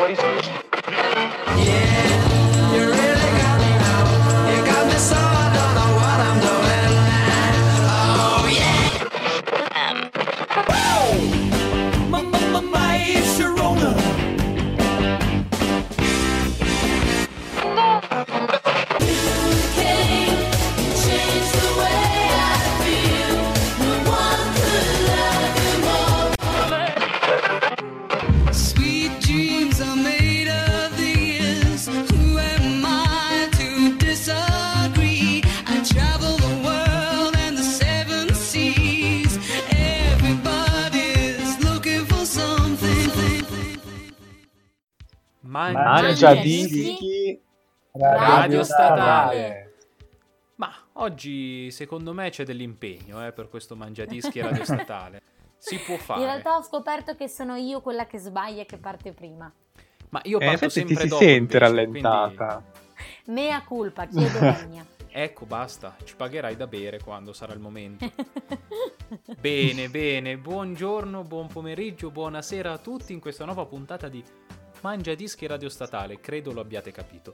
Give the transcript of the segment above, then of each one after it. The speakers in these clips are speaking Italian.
Mangiadischi Radio Statale. Ma oggi secondo me c'è dell'impegno per questo Mangiadischi Radio Statale. Si può fare. In realtà ho scoperto che sono io quella che sbaglia e che parte prima. Ma io parto sempre ti si dopo. Sente invece, rallentata. Quindi... Mea culpa, chiedo venia. Ecco, basta, ci pagherai da bere quando sarà il momento. Bene, buongiorno, buon pomeriggio, buonasera a tutti in questa nuova puntata di Mangiadischi Radio Statale, credo lo abbiate capito.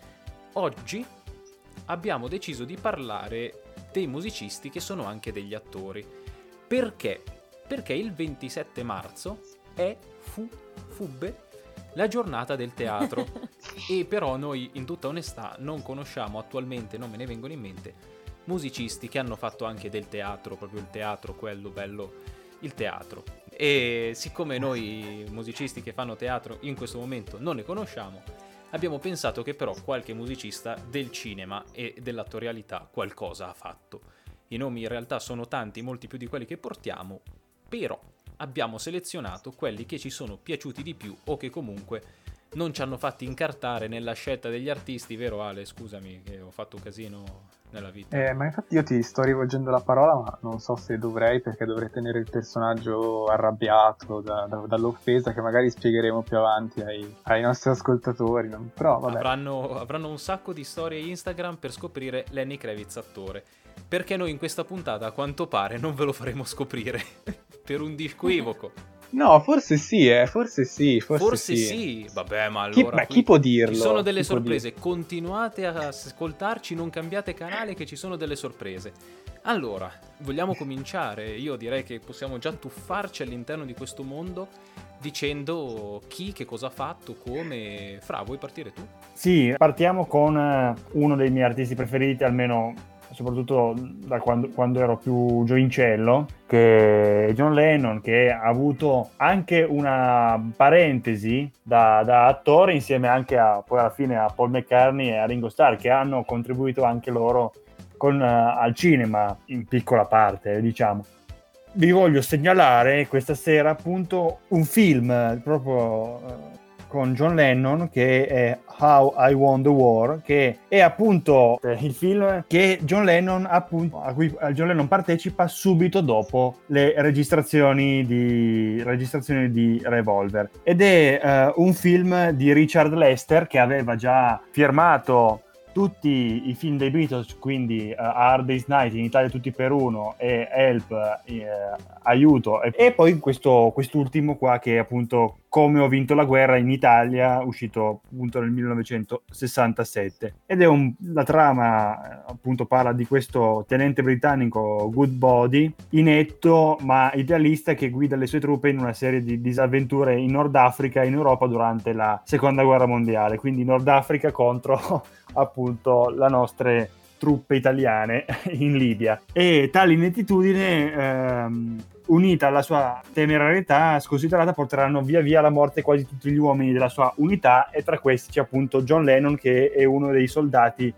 Oggi abbiamo deciso di parlare dei musicisti che sono anche degli attori. Perché? Perché il 27 marzo è Fubbe, la giornata del teatro. E però noi, in tutta onestà, non conosciamo attualmente, non me ne vengono in mente, musicisti che hanno fatto anche del teatro, proprio il teatro, quello bello, il teatro. E siccome noi musicisti che fanno teatro in questo momento non ne conosciamo, abbiamo pensato che però qualche musicista del cinema e dell'attorialità qualcosa ha fatto. I nomi in realtà sono tanti, molti più di quelli che portiamo, però abbiamo selezionato quelli che ci sono piaciuti di più o che comunque non ci hanno fatti incartare nella scelta degli artisti, vero Ale? Scusami che ho fatto casino nella vita. Ma infatti io ti sto rivolgendo la parola, ma non so se dovrei, perché dovrei tenere il personaggio arrabbiato dall'offesa, che magari spiegheremo più avanti ai nostri ascoltatori. Però vabbè. Avranno un sacco di storie Instagram per scoprire Lenny Kravitz attore, perché noi in questa puntata a quanto pare non ve lo faremo scoprire per un disquevoco. No, forse sì, forse sì. Vabbè, ma allora chi può dirlo? Ci sono delle sorprese. Continuate a ascoltarci, non cambiate canale che ci sono delle sorprese. Allora, vogliamo cominciare? Io direi che possiamo già tuffarci all'interno di questo mondo dicendo chi, che cosa ha fatto, come. Fra, vuoi partire tu? Sì, partiamo con uno dei miei artisti preferiti, almeno soprattutto da quando ero più giovincello, che è John Lennon, che ha avuto anche una parentesi da attore insieme anche poi alla fine a Paul McCartney e a Ringo Starr, che hanno contribuito anche loro al cinema in piccola parte, diciamo. Vi voglio segnalare questa sera appunto un film proprio con John Lennon, che è How I Won the War, che è appunto il film che John Lennon a cui John Lennon partecipa subito dopo le registrazioni di Revolver, ed è un film di Richard Lester, che aveva già firmato tutti i film dei Beatles, quindi Hard Day's Night, in Italia tutti per uno, e Help, Aiuto, e poi quest'ultimo qua, che è appunto Come ho vinto la guerra, in Italia, uscito appunto nel 1967. Ed è la trama appunto parla di questo tenente britannico Goodbody, inetto ma idealista, che guida le sue truppe in una serie di disavventure in Nord Africa e in Europa durante la Seconda Guerra Mondiale, quindi Nord Africa contro appunto le nostre truppe italiane in Libia. E tale inettitudine unita alla sua temerarietà sconsiderata porteranno via via alla morte quasi tutti gli uomini della sua unità, e tra questi c'è appunto John Lennon, che è uno dei soldati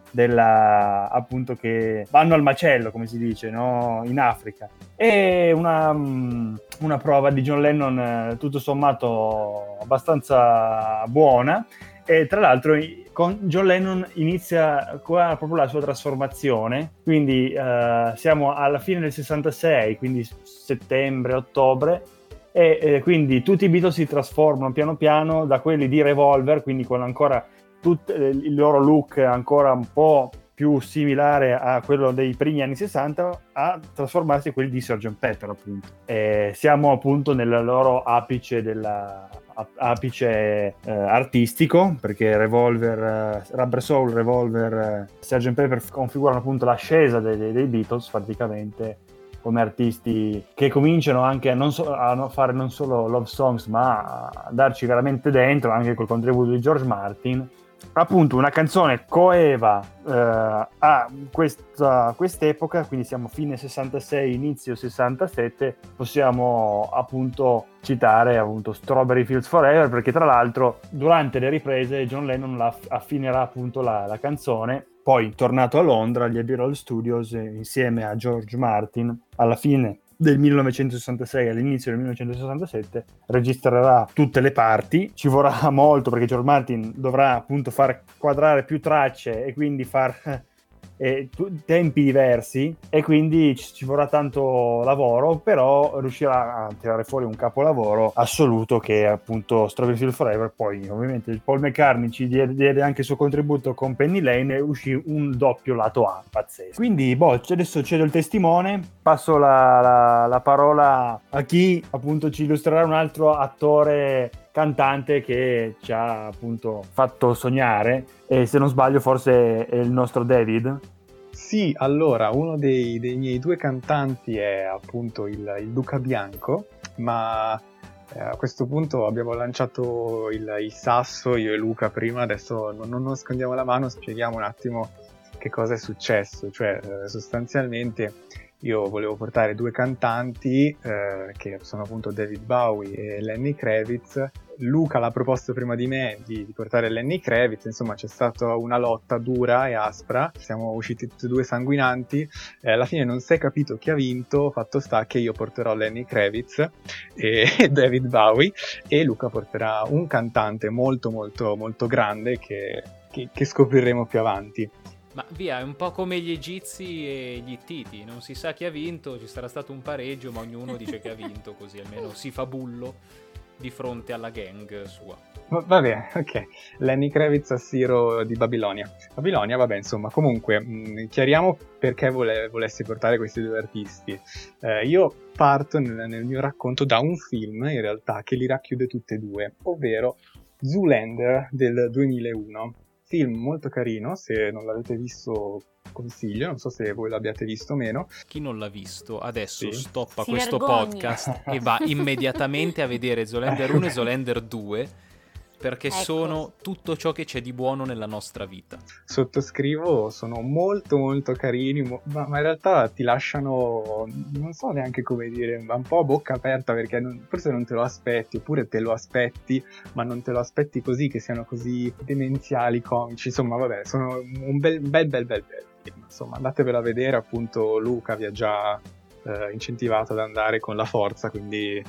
appunto che vanno al macello, come si dice, no? In Africa. È una prova di John Lennon tutto sommato abbastanza buona. E tra l'altro con John Lennon inizia qua proprio la sua trasformazione, quindi siamo alla fine del 66, quindi settembre-ottobre, e quindi tutti i Beatles si trasformano piano piano da quelli di Revolver, quindi con ancora il loro look ancora un po' più similare a quello dei primi anni 60, a trasformarsi in quelli di Sgt. Pepper, appunto. Siamo appunto nel loro apice apice artistico, perché Rubber Soul, Revolver, Sgt. Pepper configurano appunto l'ascesa dei Beatles praticamente come artisti che cominciano anche a fare non solo love songs, ma a darci veramente dentro, anche col contributo di George Martin. Appunto una canzone coeva a quest'epoca, quindi siamo fine 66, inizio 67, possiamo appunto citare appunto Strawberry Fields Forever, perché tra l'altro durante le riprese John Lennon affinerà appunto la canzone. Poi, tornato a Londra, agli Abbey Road Studios, insieme a George Martin, alla fine del 1966 all'inizio del 1967 registrerà tutte le parti. Ci vorrà molto perché George Martin dovrà appunto far quadrare più tracce e quindi far tempi diversi, e quindi ci vorrà tanto lavoro, però riuscirà a tirare fuori un capolavoro assoluto che è appunto Strawberry Fields Forever. Poi ovviamente Paul McCartney ci diede anche il suo contributo con Penny Lane e uscì un doppio lato A pazzesco. Quindi adesso cedo il testimone, passo la parola a chi appunto ci illustrerà un altro attore cantante che ci ha appunto fatto sognare, e se non sbaglio forse è il nostro David. Sì, allora uno dei miei due cantanti è appunto il Duca Bianco, ma a questo punto abbiamo lanciato il sasso io e Luca prima, adesso non nascondiamo la mano, spieghiamo un attimo che cosa è successo. Cioè sostanzialmente io volevo portare due cantanti che sono appunto David Bowie e Lenny Kravitz. Luca l'ha proposto prima di me di portare Lenny Kravitz, insomma c'è stata una lotta dura e aspra, siamo usciti tutti e due sanguinanti, alla fine non si è capito chi ha vinto, fatto sta che io porterò Lenny Kravitz e David Bowie, e Luca porterà un cantante molto molto molto grande che scopriremo più avanti. Ma via, è un po' come gli egizi e gli ittiti, non si sa chi ha vinto, ci sarà stato un pareggio, ma ognuno dice che ha vinto, così almeno si fa bullo di fronte alla gang sua. Va bene, ok. Lenny Kravitz a Siro di Babilonia. Babilonia, vabbè, insomma, comunque, chiariamo perché volessi portare questi due artisti. Io parto nel mio racconto da un film, in realtà, che li racchiude tutte e due, ovvero Zoolander del 2001. Film molto carino, se non l'avete visto consiglio, non so se voi l'abbiate visto o meno. Chi non l'ha visto adesso stoppa Si questo vergogni. podcast e va immediatamente a vedere Zoolander 1 e Zoolander 2, perché Ecco. sono tutto ciò che c'è di buono nella nostra vita. Sottoscrivo, sono molto molto carini, ma in realtà ti lasciano, non so neanche come dire, un po' a bocca aperta, perché forse non te lo aspetti, oppure te lo aspetti, ma non te lo aspetti così, che siano così demenziali, comici, insomma vabbè, sono un bel film, insomma andatevelo a vedere, appunto Luca vi ha già incentivato ad andare con la forza, quindi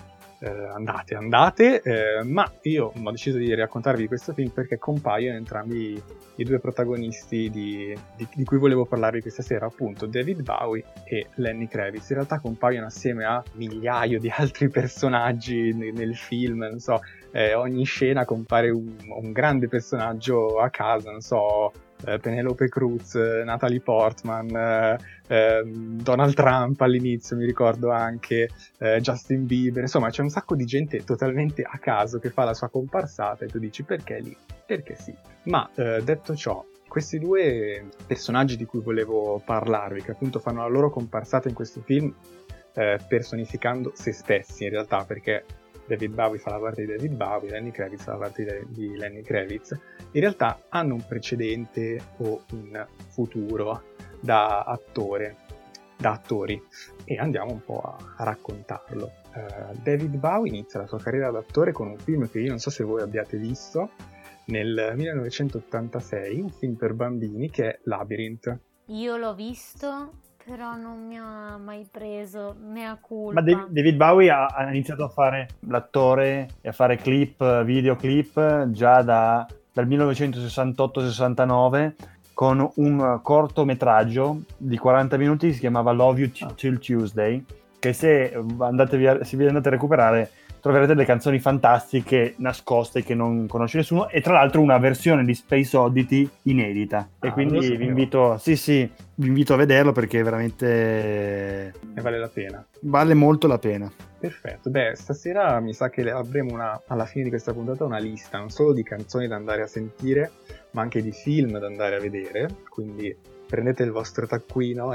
andate, ma io ho deciso di raccontarvi questo film perché compaiono entrambi i due protagonisti di cui volevo parlarvi questa sera, appunto David Bowie e Lenny Kravitz. In realtà compaiono assieme a migliaia di altri personaggi nel film, non so, ogni scena compare un grande personaggio a caso, non so, Penelope Cruz, Natalie Portman, Donald Trump all'inizio, mi ricordo anche Justin Bieber, insomma c'è un sacco di gente totalmente a caso che fa la sua comparsata e tu dici perché lì? Perché sì. Ma detto ciò, questi due personaggi di cui volevo parlarvi, che appunto fanno la loro comparsata in questo film personificando se stessi in realtà, perché David Bowie fa la parte di David Bowie, Lenny Kravitz fa la parte di Lenny Kravitz, in realtà hanno un precedente o un futuro da attori, e andiamo un po' a raccontarlo. David Bowie inizia la sua carriera da attore con un film che io non so se voi abbiate visto, nel 1986, un film per bambini che è Labyrinth. Io l'ho visto, però non mi ha mai preso, mea culpa. Ma David Bowie ha iniziato a fare l'attore e a fare videoclip già dal 1968-69 con un cortometraggio di 40 minuti che si chiamava Love You Till Tuesday, che se vi andate a recuperare troverete delle canzoni fantastiche nascoste che non conosce nessuno, e tra l'altro una versione di Space Oddity inedita. E quindi vi invito a vederlo, perché veramente Ne vale la pena. vale molto la pena. Perfetto, beh, stasera mi sa che avremo alla fine di questa puntata una lista non solo di canzoni da andare a sentire, ma anche di film da andare a vedere, quindi prendete il vostro taccuino,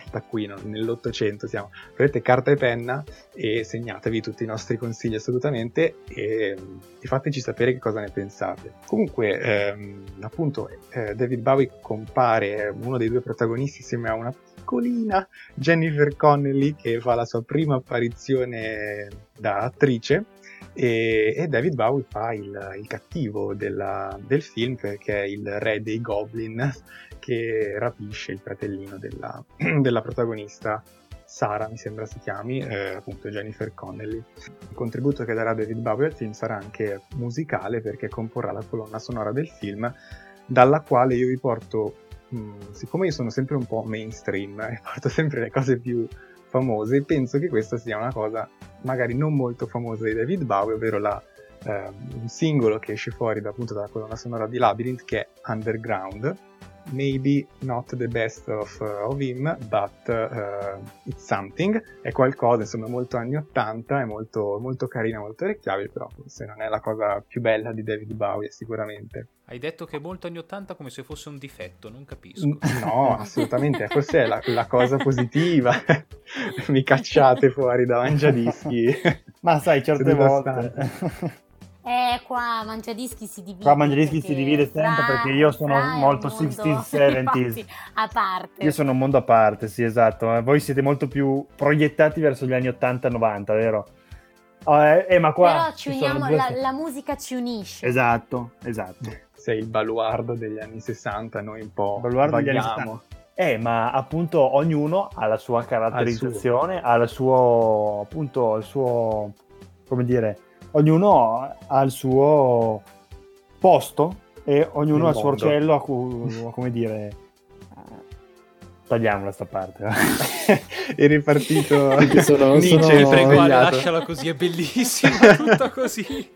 nell'800 siamo, prendete carta e penna e segnatevi tutti i nostri consigli assolutamente, e fateci sapere che cosa ne pensate. Comunque, appunto, David Bowie compare, uno dei due protagonisti, insieme a una piccolina Jennifer Connelly, che fa la sua prima apparizione da attrice, e David Bowie fa il cattivo del film, perché è il re dei Goblin che rapisce il fratellino della protagonista, Sara mi sembra si chiami, appunto Jennifer Connelly. Il contributo che darà David Bowie al film sarà anche musicale, perché comporrà la colonna sonora del film, dalla quale io vi porto, siccome io sono sempre un po' mainstream e porto sempre le cose più famose, penso che questa sia una cosa magari non molto famosa di David Bowie, ovvero un singolo che esce fuori appunto dalla colonna sonora di Labyrinth, che è Underground. Maybe not the best of him, but it's something. È qualcosa, insomma, molto anni 80, è molto, molto carina, molto orecchiabile, però forse non è la cosa più bella di David Bowie, sicuramente. Hai detto che è molto anni 80 come se fosse un difetto, non capisco. No, assolutamente, forse è la cosa positiva. Mi cacciate fuori da Mangiadischi. Ma sai, certe volte... Qua Mangiadischi si divide. Qua Mangiadischi si divide sempre, perché io sono molto 60s, 70s. A parte. Io sono un mondo a parte, sì, esatto. Voi siete molto più proiettati verso gli anni 80-90, vero? Ma qua però ci uniamo, la musica ci unisce. Esatto. Sei il baluardo degli anni 60, noi un po' vaghiamo. Ma appunto ognuno ha la sua caratterizzazione, ha il suo, come dire, ognuno ha il suo posto e ognuno ha il suo orcello come dire, tagliamola sta parte. È ripartito Nietzsche, prego, lasciala così, è bellissima, tutta così.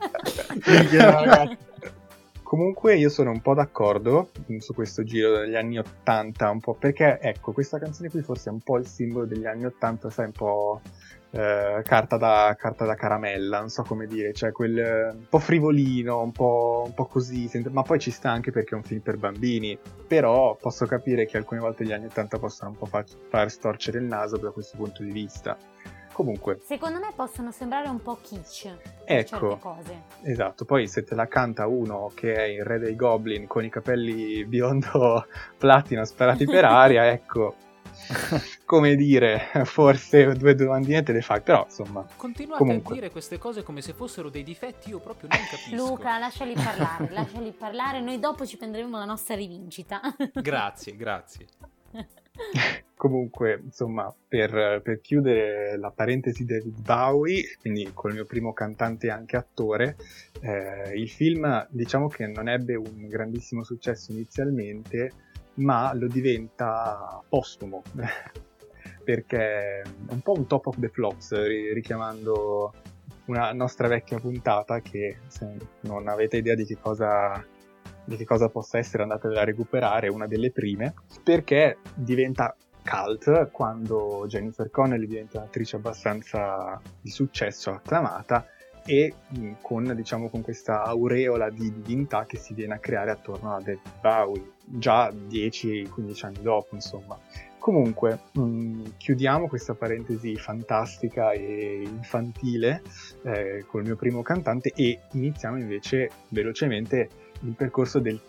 Comunque io sono un po' d'accordo su questo giro degli anni 80, un po', perché ecco, questa canzone qui forse è un po' il simbolo degli anni 80, sai, un po' carta da caramella, non so come dire, cioè quel un po' frivolino, un po' così, ma poi ci sta anche perché è un film per bambini, però posso capire che alcune volte gli anni 80 possono un po' far storcere il naso da questo punto di vista. Comunque, secondo me possono sembrare un po' kitsch, ecco, certe cose. Esatto, poi se te la canta uno che è il re dei Goblin con i capelli biondo platino sparati per aria, ecco, come dire, forse due domandine te le fai, però insomma. Continuate a dire queste cose come se fossero dei difetti, io proprio non capisco. Luca, lasciali parlare, noi dopo ci prenderemo la nostra rivincita. Grazie. Comunque, insomma, per chiudere la parentesi David Bowie, quindi col mio primo cantante e anche attore, il film diciamo che non ebbe un grandissimo successo inizialmente, ma lo diventa postumo, perché è un po' un top of the flops, richiamando una nostra vecchia puntata che, se non avete idea di che cosa possa essere, andatevela a recuperare, una delle prime, perché diventa cult quando Jennifer Connelly diventa un'attrice abbastanza di successo, acclamata, e con questa aureola di divinità che si viene a creare attorno a David Bowie, già 10-15 anni dopo, insomma. Comunque, chiudiamo questa parentesi fantastica e infantile col mio primo cantante e iniziamo invece velocemente il percorso del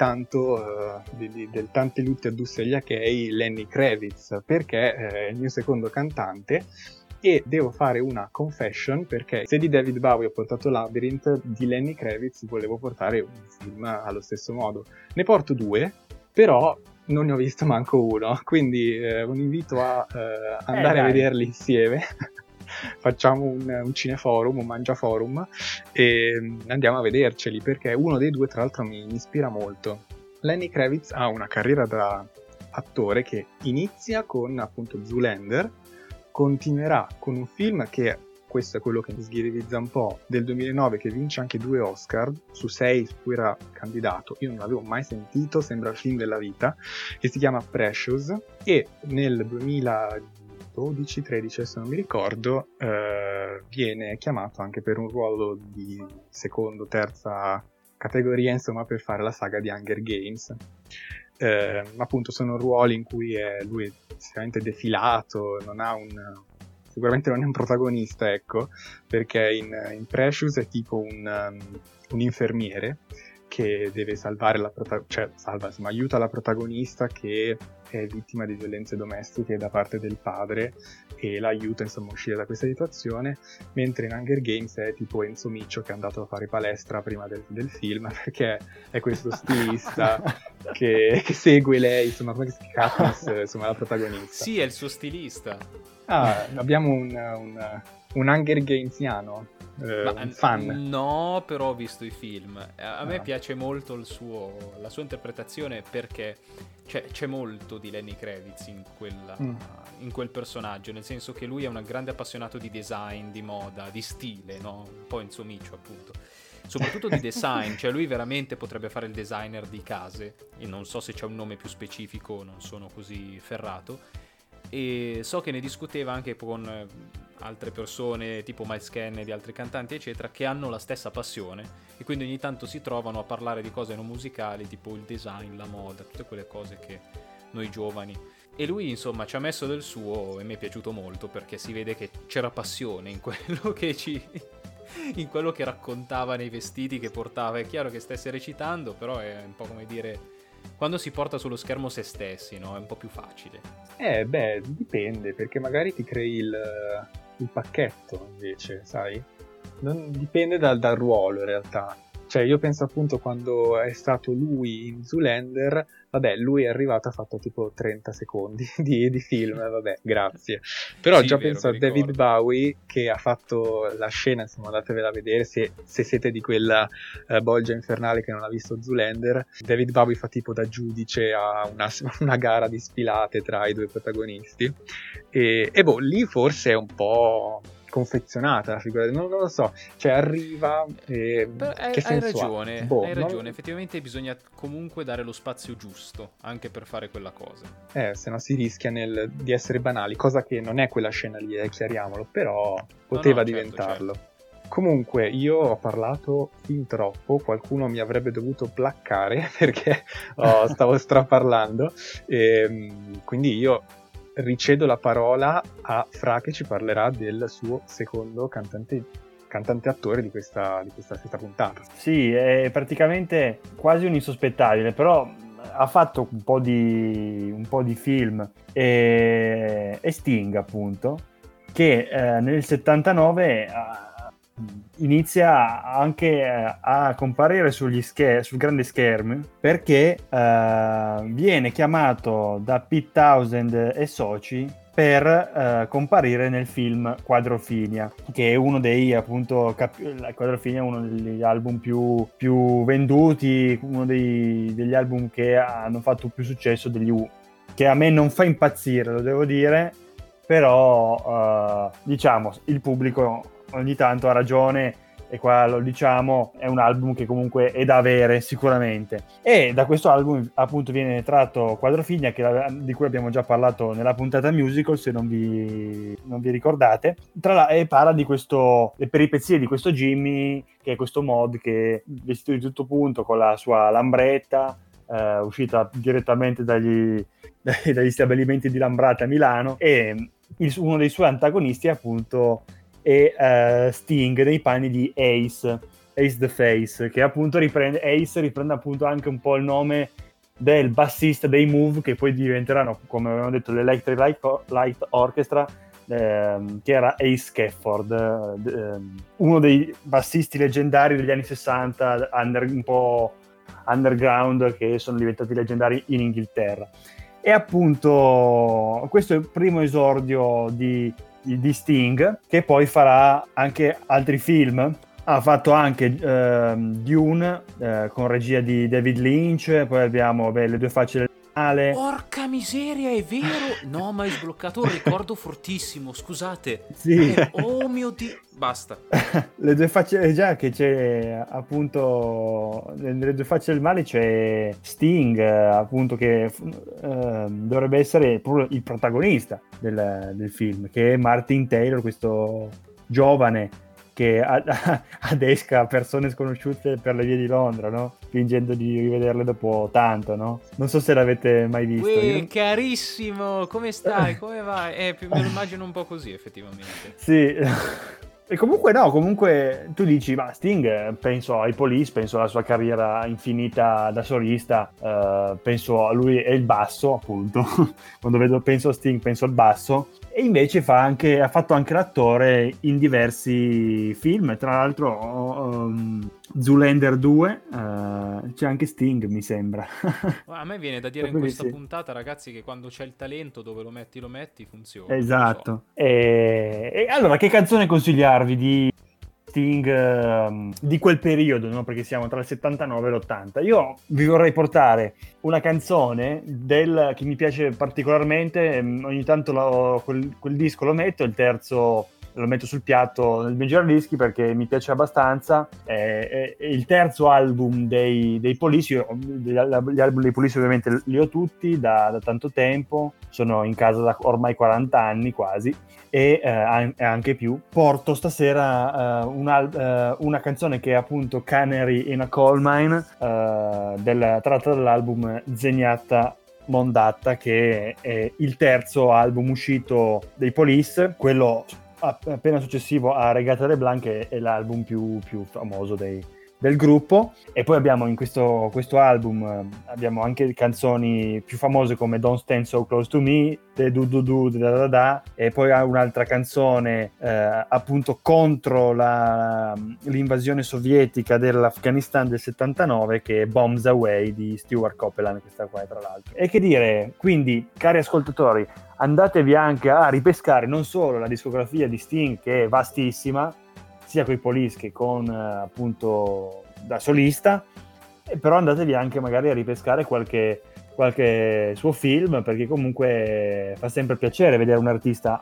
tante lutte addusse agli achei, Lenny Kravitz, perché è il mio secondo cantante. E devo fare una confession, perché se di David Bowie ho portato Labyrinth, di Lenny Kravitz volevo portare un film allo stesso modo. Ne porto due, però non ne ho visto manco uno, quindi un invito a andare a vederli insieme. Facciamo un cineforum, un mangiaforum, e andiamo a vederceli, perché uno dei due tra l'altro mi ispira molto. Lenny Kravitz ha una carriera da attore che inizia con appunto Zoolander, continuerà con un film che questo è quello che mi sghirivizza un po', del 2009, che vince anche 2 Oscar su 6 su cui era candidato. Io non l'avevo mai sentito, sembra il film della vita, e si chiama Precious, e nel 2012-13, se non mi ricordo, viene chiamato anche per un ruolo di secondo, terza categoria, insomma, per fare la saga di Hunger Games. Appunto sono ruoli in cui lui è sicuramente defilato, sicuramente non è un protagonista, ecco, perché in Precious è tipo un infermiere che deve salvare aiuta la protagonista che è vittima di violenze domestiche da parte del padre e l'aiuta insomma a uscire da questa situazione, mentre in Hunger Games è tipo Enzo Miccio che è andato a fare palestra prima del film, perché è questo stilista che segue lei, insomma, come si chiama, Katniss, insomma, la protagonista. Sì, è il suo stilista. Abbiamo un Hunger Gamesiano. Un fan. No, però ho visto i film. A me piace molto la sua interpretazione, perché c'è molto di Lenny Kravitz in quel personaggio, nel senso che lui è un grande appassionato di design, di moda, di stile, no? Un po' Enzo Miccio, appunto. Soprattutto di design, cioè lui veramente potrebbe fare il designer di case. Io non so se c'è un nome più specifico, non sono così ferrato. E so che ne discuteva anche con altre persone tipo Miles Kennedy, altri cantanti eccetera, che hanno la stessa passione, e quindi ogni tanto si trovano a parlare di cose non musicali, tipo il design, la moda, tutte quelle cose che noi giovani. E lui insomma ci ha messo del suo, e mi è piaciuto molto, perché si vede che c'era passione in quello in quello che raccontava, nei vestiti che portava. È chiaro che stesse recitando, però è un po' come dire, quando si porta sullo schermo se stessi, no? È un po' più facile. Dipende, perché magari ti crei il pacchetto, invece, sai? Non dipende dal ruolo, in realtà. Cioè, io penso appunto quando è stato lui in Zoolander, vabbè, lui è arrivato, ha fatto tipo 30 secondi di film, vabbè, grazie. Però sì, già vero, penso a David Bowie, che ha fatto la scena, insomma, andatevela a vedere se siete di quella bolgia infernale che non ha visto Zoolander. David Bowie fa tipo da giudice a una gara di sfilate tra i due protagonisti, e lì forse è un po' confezionata la figura, non lo so, cioè arriva che hai ragione, hai ragione, non... effettivamente bisogna comunque dare lo spazio giusto anche per fare quella cosa, se no si rischia di essere banali, cosa che non è quella scena lì, chiariamolo, però poteva diventarlo. Certo. Comunque io ho parlato fin troppo, qualcuno mi avrebbe dovuto placcare perché stavo straparlando, quindi io ricedo la parola a Fra, che ci parlerà del suo secondo cantante attore di questa stessa puntata. Sì, è praticamente quasi un insospettabile, però ha fatto un po' di film, e Sting, appunto, che nel 79 inizia anche a comparire sul grande schermo, perché viene chiamato da Pete Townshend e soci per comparire nel film Quadrophenia, che è uno dei, appunto, Quadrophenia è uno degli album più venduti, uno degli album che hanno fatto più successo degli U, che a me non fa impazzire, lo devo dire, però diciamo il pubblico ogni tanto ha ragione, e qua lo diciamo, è un album che comunque è da avere sicuramente. E da questo album appunto viene tratto Quadrophenia, di cui abbiamo già parlato nella puntata musical, se non vi ricordate, e parla di le peripezie di questo Jimmy, che è questo mod che, vestito di tutto punto, con la sua lambretta, uscita direttamente dagli stabilimenti di Lambrata a Milano, e uno dei suoi antagonisti appunto e Sting nei panni di Ace the Face, che appunto riprende appunto anche un po' il nome del bassista dei Move, che poi diventeranno, come avevamo detto, l'Electric Light Orchestra, che era Ace Scafford, uno dei bassisti leggendari degli anni 60, un po' underground, che sono diventati leggendari in Inghilterra. E appunto questo è il primo esordio di Sting, che poi farà anche altri film. Ha fatto anche Dune con regia di David Lynch, poi abbiamo Le due facce del male. Porca miseria, è vero? No, ma hai sbloccato un ricordo fortissimo, scusate. Sì. Oh mio Dio, basta. Le due facce, già che c'è appunto nelle due facce del male c'è Sting, appunto, che dovrebbe essere proprio il protagonista del film, che è Martin Taylor, questo giovane che adesca persone sconosciute per le vie di Londra, no? Fingendo di rivederle dopo tanto, no? Non so se l'avete mai visto. Uè, carissimo, come stai? Come vai? Me lo immagino un po' così, effettivamente. Sì. E comunque tu dici, ma Sting, penso ai Police, penso alla sua carriera infinita da solista, penso a lui e il basso, appunto. Quando penso a Sting penso al basso. E invece ha fatto anche l'attore in diversi film, tra l'altro Zoolander 2, c'è anche Sting, mi sembra. A me viene da dire in questa puntata, ragazzi, che quando c'è il talento, dove lo metti, funziona. Esatto. E allora, che canzone consigliarvi di Sting di quel periodo, no? Perché siamo tra il 79 e l'80. Io vi vorrei portare una canzone che mi piace particolarmente, ogni tanto quel disco lo metto, il terzo lo metto sul piatto nel mio giradischi perché mi piace abbastanza. È il terzo album dei Police. Gli album dei Police ovviamente li ho tutti da tanto tempo, sono in casa da ormai 40 anni quasi, e anche più. Porto stasera una canzone che è appunto Canary in a Coal Mine, tratta dall'album Zenyatta Mondatta, che è il terzo album uscito dei Police, quello appena successivo a Regata de Blanc, che è l'album più famoso del gruppo. E poi abbiamo in questo album abbiamo anche canzoni più famose come Don't Stand So Close to Me, The Do Do Do Da Da Da, e poi ha un'altra canzone appunto contro l'invasione sovietica dell'Afghanistan del 79, che è Bombs Away di Stewart Copeland, questa qua tra l'altro. E che dire, quindi cari ascoltatori, andatevi anche a ripescare non solo la discografia di Sting, che è vastissima, sia con i Police che con appunto da solista, però andatevi anche magari a ripescare qualche suo film, perché comunque fa sempre piacere vedere un artista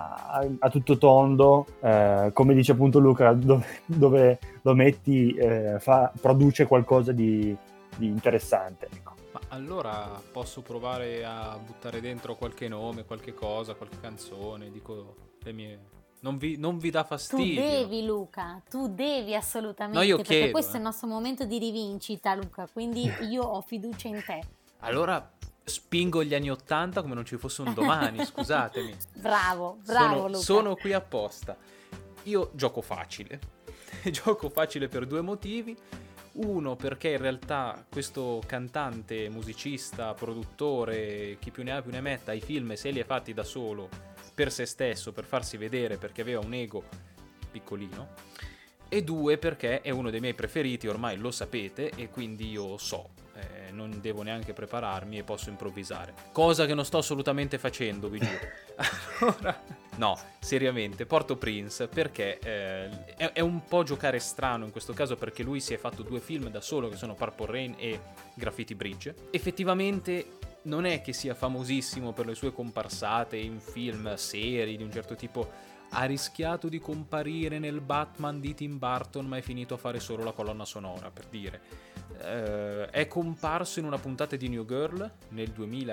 a tutto tondo, come dice appunto Luca, dove lo metti produce qualcosa di interessante, ecco. Ma allora posso provare a buttare dentro qualche nome, qualche cosa, qualche canzone, dico le mie... Non vi dà fastidio? Tu devi, Luca, tu devi assolutamente, no, io perché chiedo, questo è il nostro momento di rivincita, Luca, quindi io ho fiducia in te. Allora spingo gli anni 80 come non ci fosse un domani, scusatemi. Bravo, Luca. Sono qui apposta. Io gioco facile. Gioco facile per due motivi. Uno, perché in realtà questo cantante, musicista, produttore, chi più ne ha più ne metta, i film se li è fatti da solo, per se stesso, per farsi vedere, perché aveva un ego piccolino. E due, perché è uno dei miei preferiti, ormai lo sapete, e quindi io non devo neanche prepararmi e posso improvvisare, cosa che non sto assolutamente facendo, vi giuro. Allora, no, seriamente, porto Prince perché è un po' giocare strano in questo caso, perché lui si è fatto due film da solo, che sono Purple Rain e Graffiti Bridge. Effettivamente non è che sia famosissimo per le sue comparsate in film, serie di un certo tipo. Ha rischiato di comparire nel Batman di Tim Burton, ma è finito a fare solo la colonna sonora, per dire. È comparso in una puntata di New Girl nel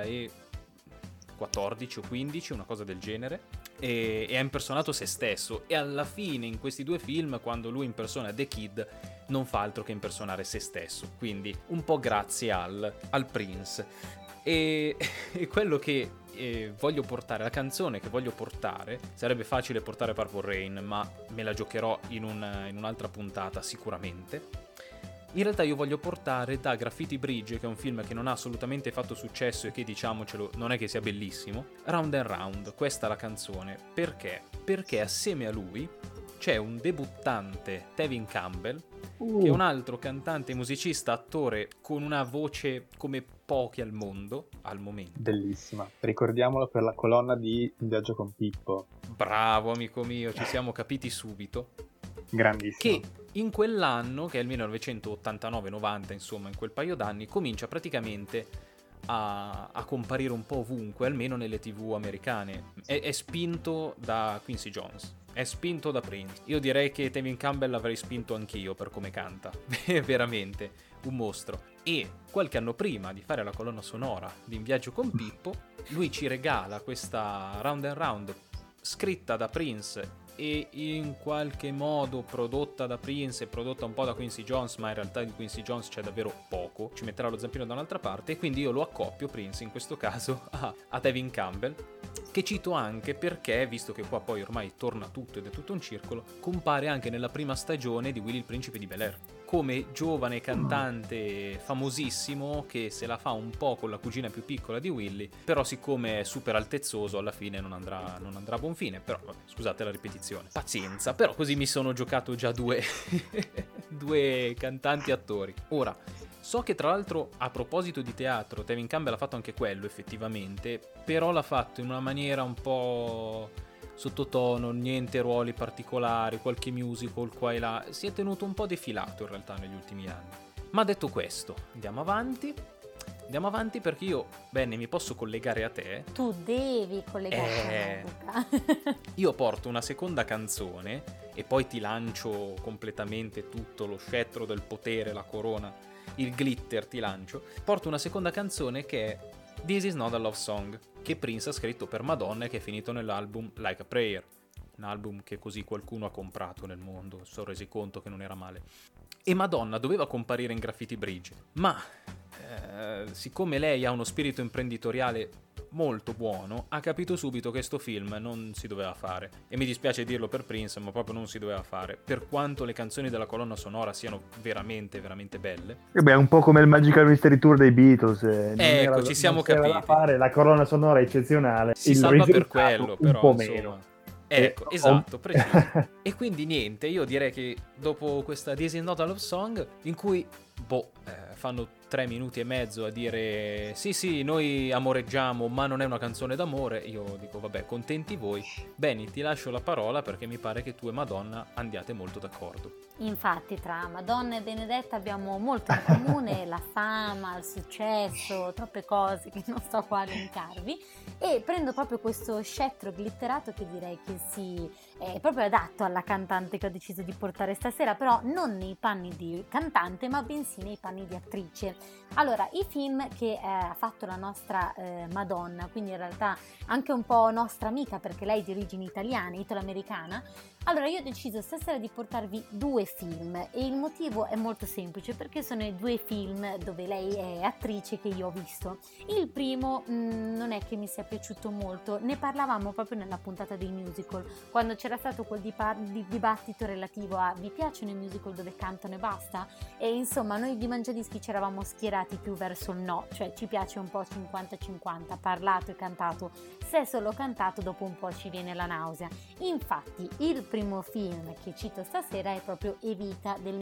2014 o 15, una cosa del genere, e ha impersonato se stesso, e alla fine in questi due film, quando lui impersona The Kid, non fa altro che impersonare se stesso, quindi un po' grazie al Prince. E quello che voglio portare, la canzone che voglio portare, sarebbe facile portare Purple Rain, ma me la giocherò in un'altra puntata sicuramente. In realtà io voglio portare da Graffiti Bridge, che è un film che non ha assolutamente fatto successo e che, diciamocelo, non è che sia bellissimo, Round and Round. Questa è la canzone. Perché? Perché assieme a lui c'è un debuttante, Tevin Campbell, che è un altro cantante, musicista, attore con una voce come pochi al mondo al momento. Bellissima, ricordiamolo per la colonna di Un viaggio con Pippo. Bravo amico mio, ci siamo capiti subito. Grandissimo. Che in quell'anno, che è il 1989-90, insomma in quel paio d'anni, comincia praticamente a comparire un po' ovunque, almeno nelle TV americane. È spinto da Quincy Jones, è spinto da Prince. Io direi che Tevin Campbell l'avrei spinto anch'io per come canta. Veramente un mostro. E qualche anno prima di fare la colonna sonora di In viaggio con Pippo, lui ci regala questa Round and Round scritta da Prince e in qualche modo prodotta da Prince e prodotta un po' da Quincy Jones, ma in realtà di Quincy Jones c'è davvero poco, ci metterà lo zampino da un'altra parte, e quindi io lo accoppio, Prince in questo caso, a Tevin Campbell, che cito anche perché, visto che qua poi ormai torna tutto ed è tutto un circolo, compare anche nella prima stagione di Willy il principe di Bel-Air, come giovane cantante famosissimo che se la fa un po' con la cugina più piccola di Willy, però siccome è super altezzoso alla fine non andrà a buon fine. Però vabbè, scusate la ripetizione, pazienza, però così mi sono giocato già due cantanti attori. Ora, so che tra l'altro a proposito di teatro Tevin Campbell ha fatto anche quello effettivamente, però l'ha fatto in una maniera un po' sottotono, niente ruoli particolari, qualche musical qua e là, si è tenuto un po' defilato in realtà negli ultimi anni. Ma detto questo, andiamo avanti perché io, Benny, mi posso collegare a te. Tu devi collegarti a Luca. Io porto una seconda canzone e poi ti lancio completamente tutto lo scettro del potere, la corona, il glitter ti lancio. Porto una seconda canzone che è This Is Not a Love Song, che Prince ha scritto per Madonna e che è finito nell'album Like a Prayer, un album che così qualcuno ha comprato nel mondo, si sono resi conto che non era male. E Madonna doveva comparire in Graffiti Bridge, ma siccome lei ha uno spirito imprenditoriale molto buono, ha capito subito che sto film non si doveva fare. E mi dispiace dirlo per Prince, ma proprio non si doveva fare, per quanto le canzoni della colonna sonora siano veramente veramente belle. E beh, è un po' come il Magical Mystery Tour dei Beatles. Ecco, ci siamo capiti. Da fare, la colonna sonora è eccezionale. Si salva per quello, però un po' insomma, meno. Ecco, esatto, preciso. E quindi niente, io direi che dopo questa This Is Not a Love Song, in cui fanno 3 minuti e mezzo a dire sì, noi amoreggiamo, ma non è una canzone d'amore, io dico vabbè, contenti voi. Benny, ti lascio la parola perché mi pare che tu e Madonna andiate molto d'accordo. Infatti tra Madonna e Benedetta abbiamo molto in comune, la fama, il successo, troppe cose che non sto qua a elencarvi, e prendo proprio questo scettro glitterato che direi che è proprio adatto alla cantante che ho deciso di portare stasera, però non nei panni di cantante ma bensì nei panni di attrice. Allora, i film che ha fatto la nostra Madonna, quindi in realtà anche un po' nostra amica perché lei è di origini italiane, italo-americana. Allora, io ho deciso stasera di portarvi 2 film e il motivo è molto semplice perché sono i 2 film dove lei è attrice che io ho visto. Il primo non è che mi sia piaciuto molto, ne parlavamo proprio nella puntata dei musical, quando c'era stato quel dibattito relativo a vi piacciono i musical dove cantano e basta? E insomma noi di Mangiadischi ci eravamo schierati più verso il no, cioè ci piace un po' 50-50, parlato e cantato. Se è solo cantato dopo un po' ci viene la nausea. Infatti il primo film che cito stasera è proprio Evita del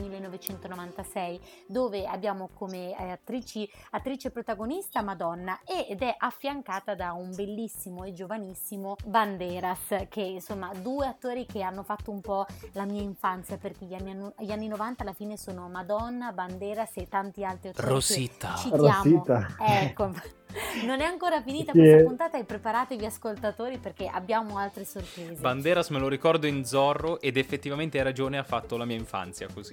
1996, dove abbiamo come attrice protagonista Madonna ed è affiancata da un bellissimo e giovanissimo Banderas, che insomma 2 attori che hanno fatto un po' la mia infanzia, perché gli anni 90 alla fine sono Madonna, Banderas e tanti altri attori. Rosita. Citiamo. Ecco. Non è ancora finita questa puntata e preparatevi ascoltatori perché abbiamo altre sorprese. Banderas me lo ricordo in Zorro ed effettivamente hai ragione, ha fatto la mia infanzia così.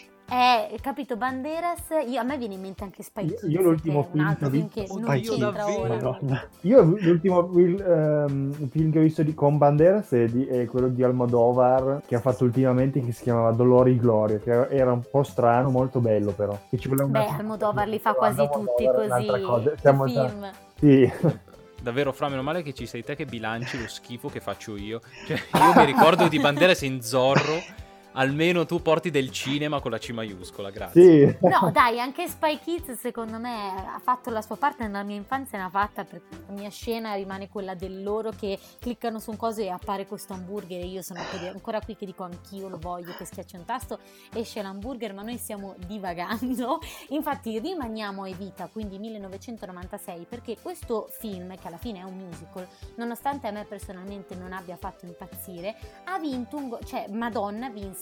Capito, Banderas, a me viene in mente anche Spy Kids, io l'ultimo che è un altro film che non c'entra ora. Io l'ultimo film che ho visto con Banderas è quello di Almodovar che ha fatto ultimamente, che si chiamava Dolore e Gloria, che era un po' strano, molto bello però. Che ci Almodovar li fa quasi tutti così, film. Sì. Davvero, Fra, meno male che ci sei te che bilanci lo schifo che faccio io. Cioè, io mi ricordo di Banderas in Zorro. Almeno tu porti del cinema con la C maiuscola, grazie. Sì. No, dai, anche Spy Kids secondo me ha fatto la sua parte nella mia infanzia, ne ha fatta, perché la mia scena rimane quella del loro che cliccano su un coso e appare questo hamburger e io sono ancora qui che dico anch'io lo voglio, che schiaccio un tasto, esce l'hamburger, ma noi stiamo divagando. Infatti rimaniamo a Evita, quindi 1996, perché questo film, che alla fine è un musical, nonostante a me personalmente non abbia fatto impazzire, ha vinto Madonna ha vinto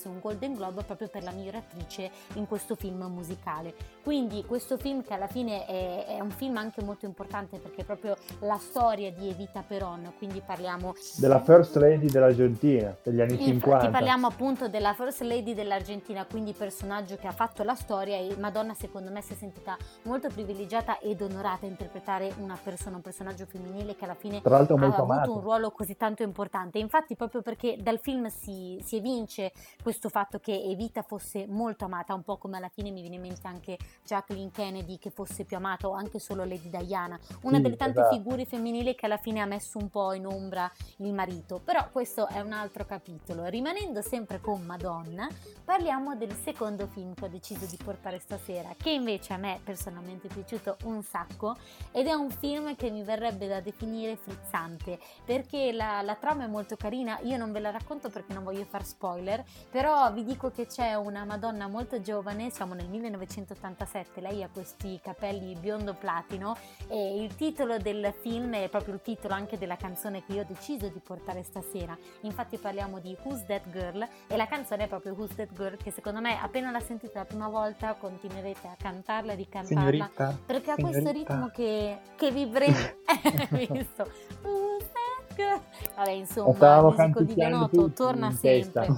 vinse un Golden Globe proprio per la migliore attrice in questo film musicale. Quindi questo film, che alla fine è un film anche molto importante perché è proprio la storia di Evita Peron, quindi parliamo della First Lady dell'Argentina degli anni 50. Parliamo appunto della First Lady dell'Argentina, quindi personaggio che ha fatto la storia, e Madonna secondo me si è sentita molto privilegiata ed onorata a interpretare un personaggio femminile che alla fine tra l'altro ha molto avuto amato. un ruolo così tanto importante. Infatti proprio perché dal film si evince questo fatto che Evita fosse molto amata, un po' come alla fine mi viene in mente anche Jacqueline Kennedy che fosse più amata, o anche solo Lady Diana, una delle tante figure femminili che alla fine ha messo un po' in ombra il marito. Però questo è un altro capitolo. Rimanendo sempre con Madonna, parliamo del secondo film che ho deciso di portare stasera, che invece a me personalmente è piaciuto un sacco, ed è un film che mi verrebbe da definire frizzante, perché la trama è molto carina. Io non ve la racconto perché non voglio far spoiler, però vi dico che c'è una Madonna molto giovane, siamo nel 1987, lei ha questi capelli biondo platino, e il titolo del film è proprio il titolo anche della canzone che io ho deciso di portare stasera. Infatti parliamo di Who's That Girl, e la canzone è proprio Who's That Girl, che secondo me appena la sentite la prima volta continuerete a cantarla e ricantarla, Signorita, perché ha questo ritmo che vi prende. Visto? Who's that girl? Vabbè, insomma, il musical di Benotto torna sempre.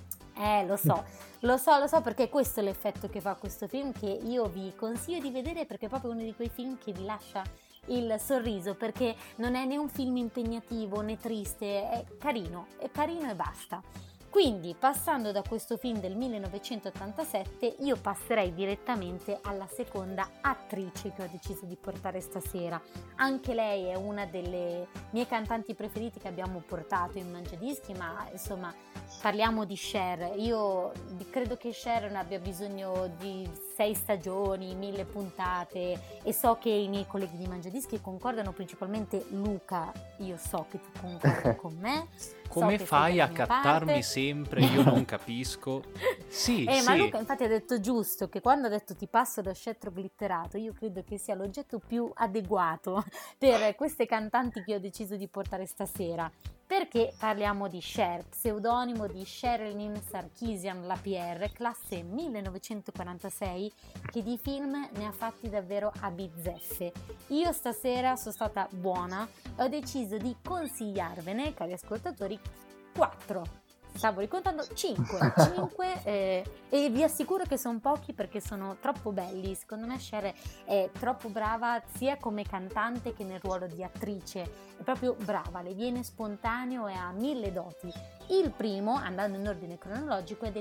Lo so, perché questo è l'effetto che fa questo film, che io vi consiglio di vedere, perché è proprio uno di quei film che vi lascia il sorriso, perché non è né un film impegnativo né triste, è carino e basta. Quindi, passando da questo film del 1987, io passerei direttamente alla seconda attrice che ho deciso di portare stasera. Anche lei è una delle mie cantanti preferite che abbiamo portato in Mangiadischi, ma insomma parliamo di Cher. Io credo che Cher non abbia bisogno di 6 stagioni, 1000 puntate, e so che i miei colleghi di Mangiadischi concordano, principalmente Luca. Io so che tu concordi con me. Come fai a cattarmi sempre? Io non capisco. Sì, ma Luca infatti ha detto giusto, che quando ha detto ti passo lo scettro glitterato, io credo che sia l'oggetto più adeguato per queste cantanti che ho deciso di portare stasera, perché parliamo di Cher, pseudonimo di Sherilyn Sarkisian Lapierre, classe 1946, che di film ne ha fatti davvero a bizzeffe. Io stasera sono stata buona e ho deciso di consigliarvene, cari ascoltatori, 4. Stavo ricontando 5 e vi assicuro che sono pochi perché sono troppo belli. Secondo me Cher è troppo brava sia come cantante che nel ruolo di attrice, è proprio brava, le viene spontaneo e ha 1000 doti. Il primo, andando in ordine cronologico, è del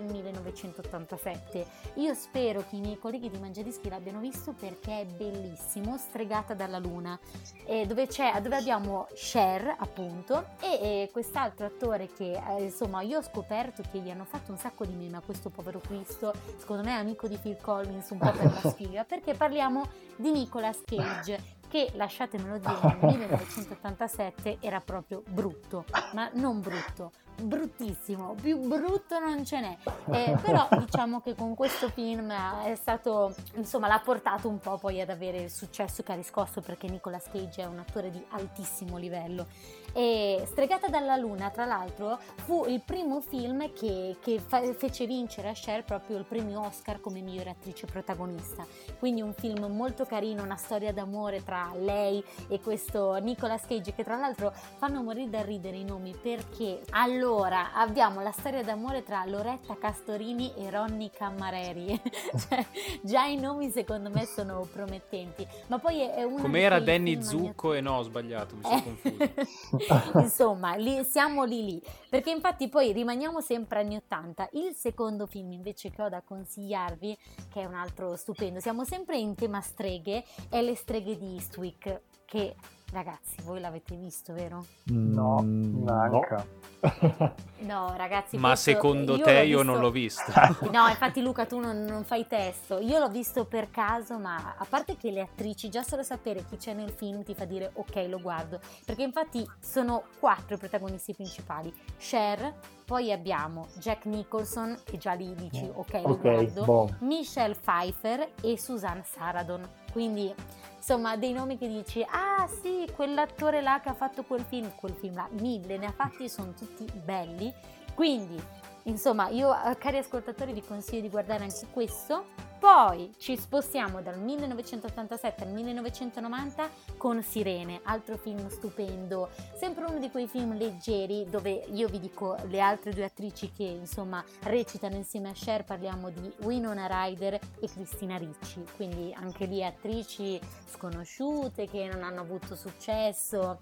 1987. Io spero che i miei colleghi di Mangiadischi l'abbiano visto perché è bellissimo, Stregata dalla luna, dove abbiamo Cher appunto e quest'altro attore che insomma io ho scoperto che gli hanno fatto un sacco di meme a questo povero Cristo, secondo me è amico di Phil Collins un po' per la sfiga, perché parliamo di Nicolas Cage, che, lasciatemelo dire, nel 1987 era proprio brutto, ma non brutto, bruttissimo, più brutto non ce n'è, però diciamo che con questo film è stato, insomma, l'ha portato un po' poi ad avere il successo che ha riscosso, perché Nicolas Cage è un attore di altissimo livello. E Stregata dalla luna, tra l'altro, fu il primo film che fece vincere a Cher proprio il premio Oscar come migliore attrice protagonista, quindi un film molto carino, una storia d'amore tra lei e questo Nicolas Cage, che tra l'altro fanno morire da ridere i nomi, perché allora abbiamo la storia d'amore tra Loretta Castorini e Ronny Cammareri cioè, già i nomi secondo me sono promettenti, ma poi è una com'era Danny Zucco e no, ho sbagliato, mi sono confuso. Insomma, siamo lì, perché infatti poi rimaniamo sempre anni 80. Il secondo film invece che ho da consigliarvi, che è un altro stupendo, siamo sempre in tema streghe, è Le streghe di Eastwick, che ragazzi voi l'avete visto, vero? No, manca. No ragazzi, ma secondo te io non l'ho visto. No, infatti Luca tu non fai testo, io l'ho visto per caso, ma a parte che le attrici, già solo sapere chi c'è nel film ti fa dire ok, lo guardo, perché infatti sono 4 i protagonisti principali: Cher, poi abbiamo Jack Nicholson, che già lì dici ok, lo guardo, boh. Michelle Pfeiffer e Susan Sarandon, quindi insomma dei nomi che dici ah sì, quell'attore là che ha fatto quel film là, 1000 ne ha fatti, sono tutti belli. Quindi insomma, io cari ascoltatori vi consiglio di guardare anche questo. Poi ci spostiamo dal 1987 al 1990 con Sirene, altro film stupendo, sempre uno di quei film leggeri dove io vi dico le altre due attrici che insomma recitano insieme a Cher, parliamo di Winona Ryder e Christina Ricci, quindi anche lì attrici sconosciute che non hanno avuto successo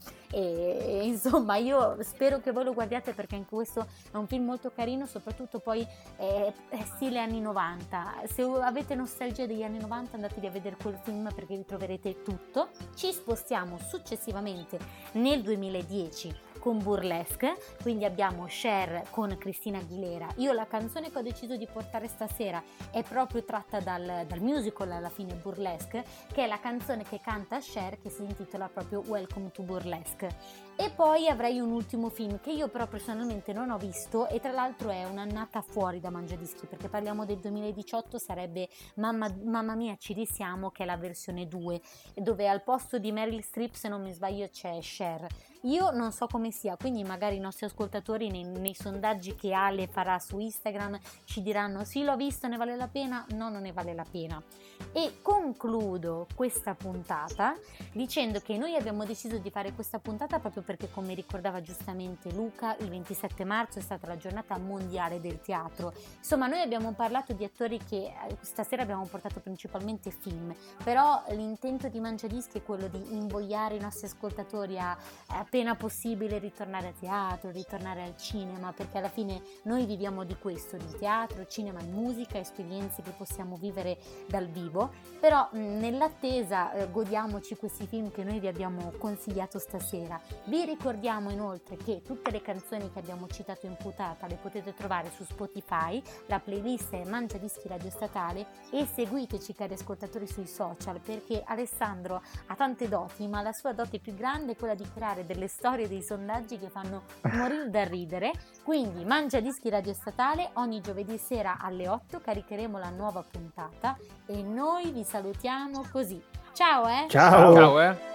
e insomma io spero che voi lo guardiate perché anche questo è un film molto carino, soprattutto poi è stile anni 90, se avete nostalgia degli anni 90 andatevi a vedere quel film perché vi troverete tutto. Ci spostiamo successivamente nel 2010 con Burlesque, quindi abbiamo Cher con Christina Aguilera. Io la canzone che ho deciso di portare stasera è proprio tratta dal musical alla fine Burlesque, che è la canzone che canta Cher che si intitola proprio Welcome to Burlesque. E poi avrei un ultimo film che io però personalmente non ho visto e tra l'altro è un'annata fuori da Mangiadischi perché parliamo del 2018, sarebbe Mamma mia ci risiamo, che è la versione 2 dove al posto di Meryl Streep se non mi sbaglio c'è Cher. Io non so come sia, quindi magari i nostri ascoltatori nei sondaggi che Ale farà su Instagram ci diranno sì l'ho visto, ne vale la pena? No, non ne vale la pena. E concludo questa puntata dicendo che noi abbiamo deciso di fare questa puntata proprio perché, come ricordava giustamente Luca, il 27 marzo è stata la giornata mondiale del teatro. Insomma, noi abbiamo parlato di attori che stasera abbiamo portato principalmente film, però l'intento di Mangiadischi è quello di invogliare i nostri ascoltatori a appena possibile ritornare a teatro, ritornare al cinema, perché alla fine noi viviamo di questo, di teatro, cinema e musica, esperienze che possiamo vivere dal vivo, però nell'attesa godiamoci questi film che noi vi abbiamo consigliato stasera. Vi ricordiamo inoltre che tutte le canzoni che abbiamo citato in puntata le potete trovare su Spotify, la playlist è Mangiadischi Radio Statale e seguiteci cari ascoltatori sui social perché Alessandro ha tante doti, ma la sua dote più grande è quella di creare delle storie, dei sondaggi che fanno morire da ridere. Quindi Mangiadischi Radio Statale, ogni giovedì sera alle 8 caricheremo la nuova puntata e noi vi salutiamo così. Ciao Ciao. Ciao.